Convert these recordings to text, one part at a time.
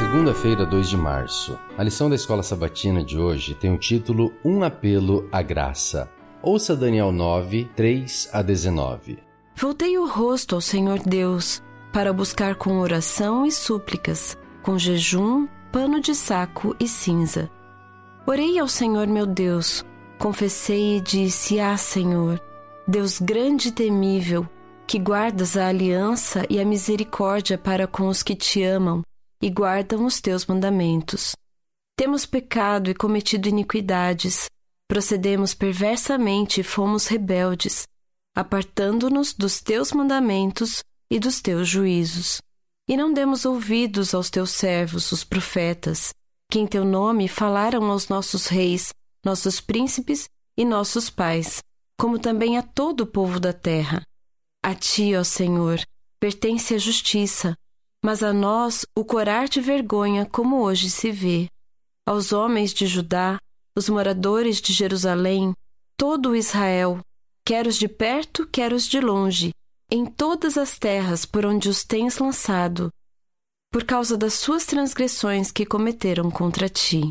Segunda-feira, 2 de março. A lição da Escola Sabatina de hoje tem o título Um apelo à graça. Ouça Daniel 9, 3 a 19. Voltei o rosto ao Senhor Deus, para buscar com oração e súplicas, com jejum, pano de saco e cinza. Orei ao Senhor meu Deus, confessei e disse: Senhor, Deus grande e temível, que guardas a aliança e a misericórdia para com os que te amam e guardam os teus mandamentos. Temos pecado e cometido iniquidades, procedemos perversamente e fomos rebeldes, apartando-nos dos teus mandamentos e dos teus juízos. E não demos ouvidos aos teus servos, os profetas, que em teu nome falaram aos nossos reis, nossos príncipes e nossos pais, como também a todo o povo da terra. A ti, ó Senhor, pertence a justiça, mas a nós o corar de vergonha, como hoje se vê. Aos homens de Judá, os moradores de Jerusalém, todo o Israel, quer os de perto, quer os de longe, em todas as terras por onde os tens lançado, por causa das suas transgressões que cometeram contra ti.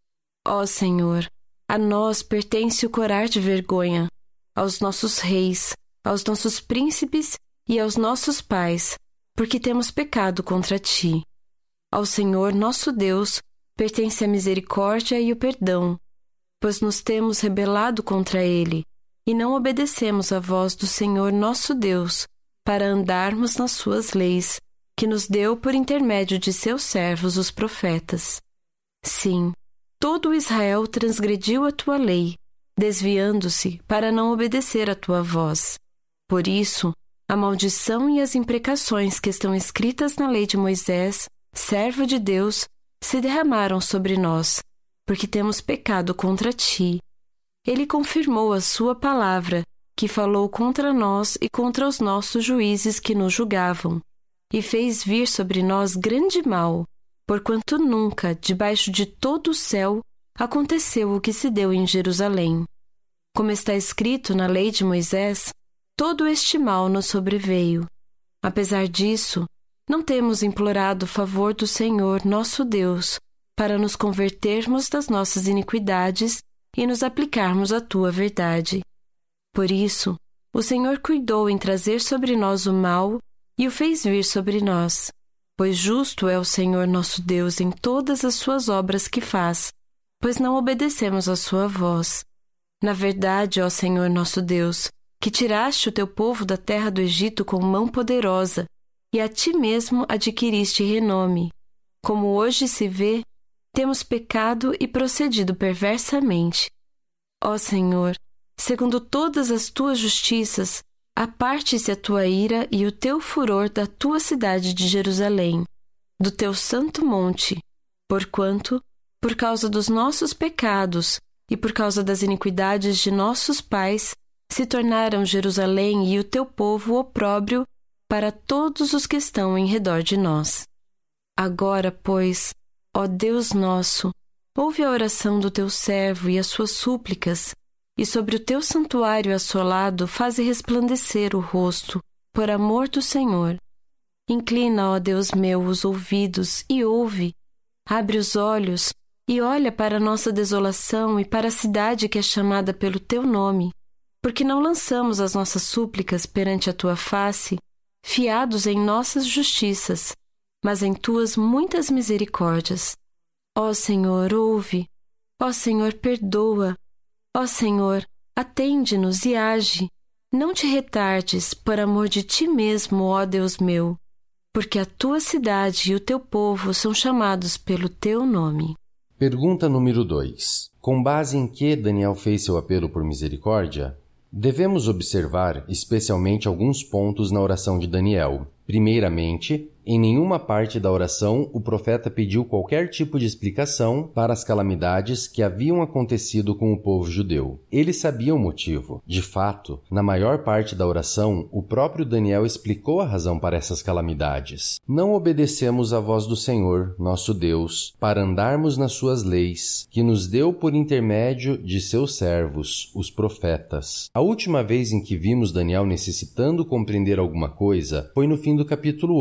Ó Senhor, a nós pertence o corar de vergonha, aos nossos reis, aos nossos príncipes e aos nossos pais, porque temos pecado contra ti. Ao Senhor nosso Deus pertence a misericórdia e o perdão, pois nos temos rebelado contra ele, e não obedecemos à voz do Senhor nosso Deus, para andarmos nas suas leis, que nos deu por intermédio de seus servos os profetas. Sim, todo o Israel transgrediu a tua lei, desviando-se para não obedecer à tua voz. Por isso, a maldição e as imprecações que estão escritas na lei de Moisés, servo de Deus, se derramaram sobre nós, porque temos pecado contra ti. Ele confirmou a sua palavra, que falou contra nós e contra os nossos juízes que nos julgavam, e fez vir sobre nós grande mal, porquanto nunca, debaixo de todo o céu, aconteceu o que se deu em Jerusalém. Como está escrito na lei de Moisés, todo este mal nos sobreveio. Apesar disso, não temos implorado o favor do Senhor, nosso Deus, para nos convertermos das nossas iniquidades e nos aplicarmos à tua verdade. Por isso, o Senhor cuidou em trazer sobre nós o mal e o fez vir sobre nós, pois justo é o Senhor nosso Deus em todas as suas obras que faz, pois não obedecemos à sua voz. Na verdade, ó Senhor nosso Deus, que tiraste o teu povo da terra do Egito com mão poderosa, e a ti mesmo adquiriste renome. Como hoje se vê, temos pecado e procedido perversamente. Ó Senhor, segundo todas as tuas justiças, aparte-se a tua ira e o teu furor da tua cidade de Jerusalém, do teu santo monte, porquanto, por causa dos nossos pecados e por causa das iniquidades de nossos pais, se tornaram Jerusalém e o teu povo opróbrio para todos os que estão em redor de nós. Agora, pois, ó Deus nosso, ouve a oração do teu servo e as suas súplicas, e sobre o teu santuário assolado faze resplandecer o rosto, por amor do Senhor. Inclina, ó Deus meu, os ouvidos e ouve, abre os olhos e olha para a nossa desolação e para a cidade que é chamada pelo teu nome, porque não lançamos as nossas súplicas perante a tua face, fiados em nossas justiças, mas em tuas muitas misericórdias. Ó Senhor, ouve. Ó Senhor, perdoa. Ó Senhor, atende-nos e age. Não te retardes, por amor de ti mesmo, ó Deus meu, porque a tua cidade e o teu povo são chamados pelo teu nome. Pergunta número 2. Com base em que Daniel fez seu apelo por misericórdia? Devemos observar especialmente alguns pontos na oração de Daniel. Primeiramente, em nenhuma parte da oração o profeta pediu qualquer tipo de explicação para as calamidades que haviam acontecido com o povo judeu. Ele sabia o motivo. De fato, na maior parte da oração, o próprio Daniel explicou a razão para essas calamidades. Não obedecemos à voz do Senhor, nosso Deus, para andarmos nas suas leis, que nos deu por intermédio de seus servos, os profetas. A última vez em que vimos Daniel necessitando compreender alguma coisa foi no fim do capítulo 8,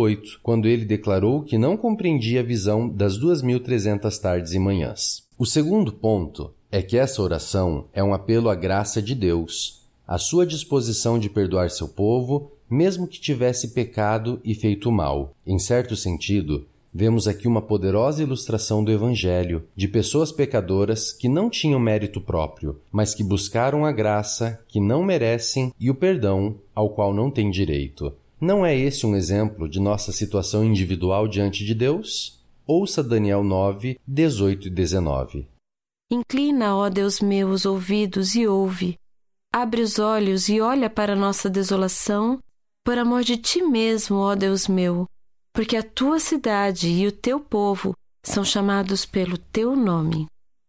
quando ele declarou que não compreendia a visão das 2.300 tardes e manhãs. O segundo ponto é que essa oração é um apelo à graça de Deus, à sua disposição de perdoar seu povo, mesmo que tivesse pecado e feito mal. Em certo sentido, vemos aqui uma poderosa ilustração do Evangelho, de pessoas pecadoras que não tinham mérito próprio, mas que buscaram a graça que não merecem e o perdão ao qual não têm direito. Não é esse um exemplo de nossa situação individual diante de Deus? Ouça Daniel 9, 18 e 19. Inclina, ó Deus meu, os ouvidos e ouve. Abre os olhos e olha para a nossa desolação, por amor de ti mesmo, ó Deus meu, porque a tua cidade e o teu povo são chamados pelo teu nome.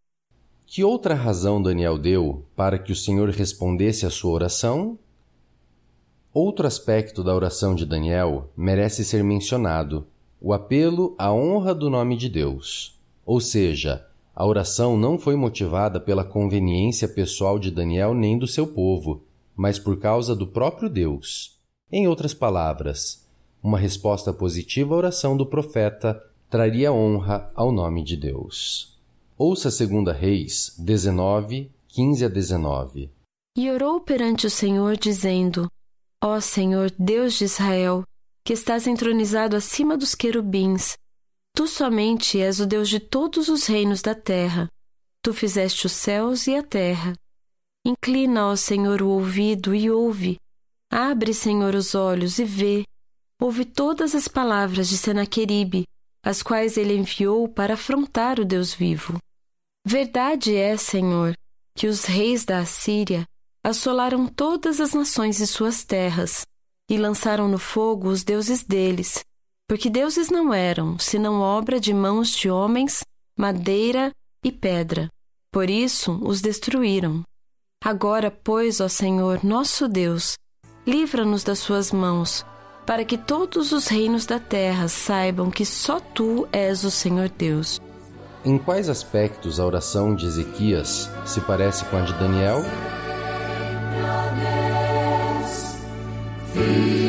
Que outra razão Daniel deu para que o Senhor respondesse à sua oração? Outro aspecto da oração de Daniel merece ser mencionado: o apelo à honra do nome de Deus. Ou seja, a oração não foi motivada pela conveniência pessoal de Daniel nem do seu povo, mas por causa do próprio Deus. Em outras palavras, uma resposta positiva à oração do profeta traria honra ao nome de Deus. Ouça 2 Reis 19, 15 a 19. E orou perante o Senhor, dizendo: Ó Senhor, Deus de Israel, que estás entronizado acima dos querubins, tu somente és o Deus de todos os reinos da terra. Tu fizeste os céus e a terra. Inclina, ó Senhor, o ouvido e ouve. Abre, Senhor, os olhos e vê. Ouve todas as palavras de Senaqueribe, as quais ele enviou para afrontar o Deus vivo. Verdade é, Senhor, que os reis da Assíria assolaram todas as nações e suas terras, e lançaram no fogo os deuses deles, porque deuses não eram, senão obra de mãos de homens, madeira e pedra. Por isso os destruíram. Agora, pois, ó Senhor, nosso Deus, livra-nos das suas mãos, para que todos os reinos da terra saibam que só tu és o Senhor Deus. Em quais aspectos a oração de Ezequias se parece com a de Daniel?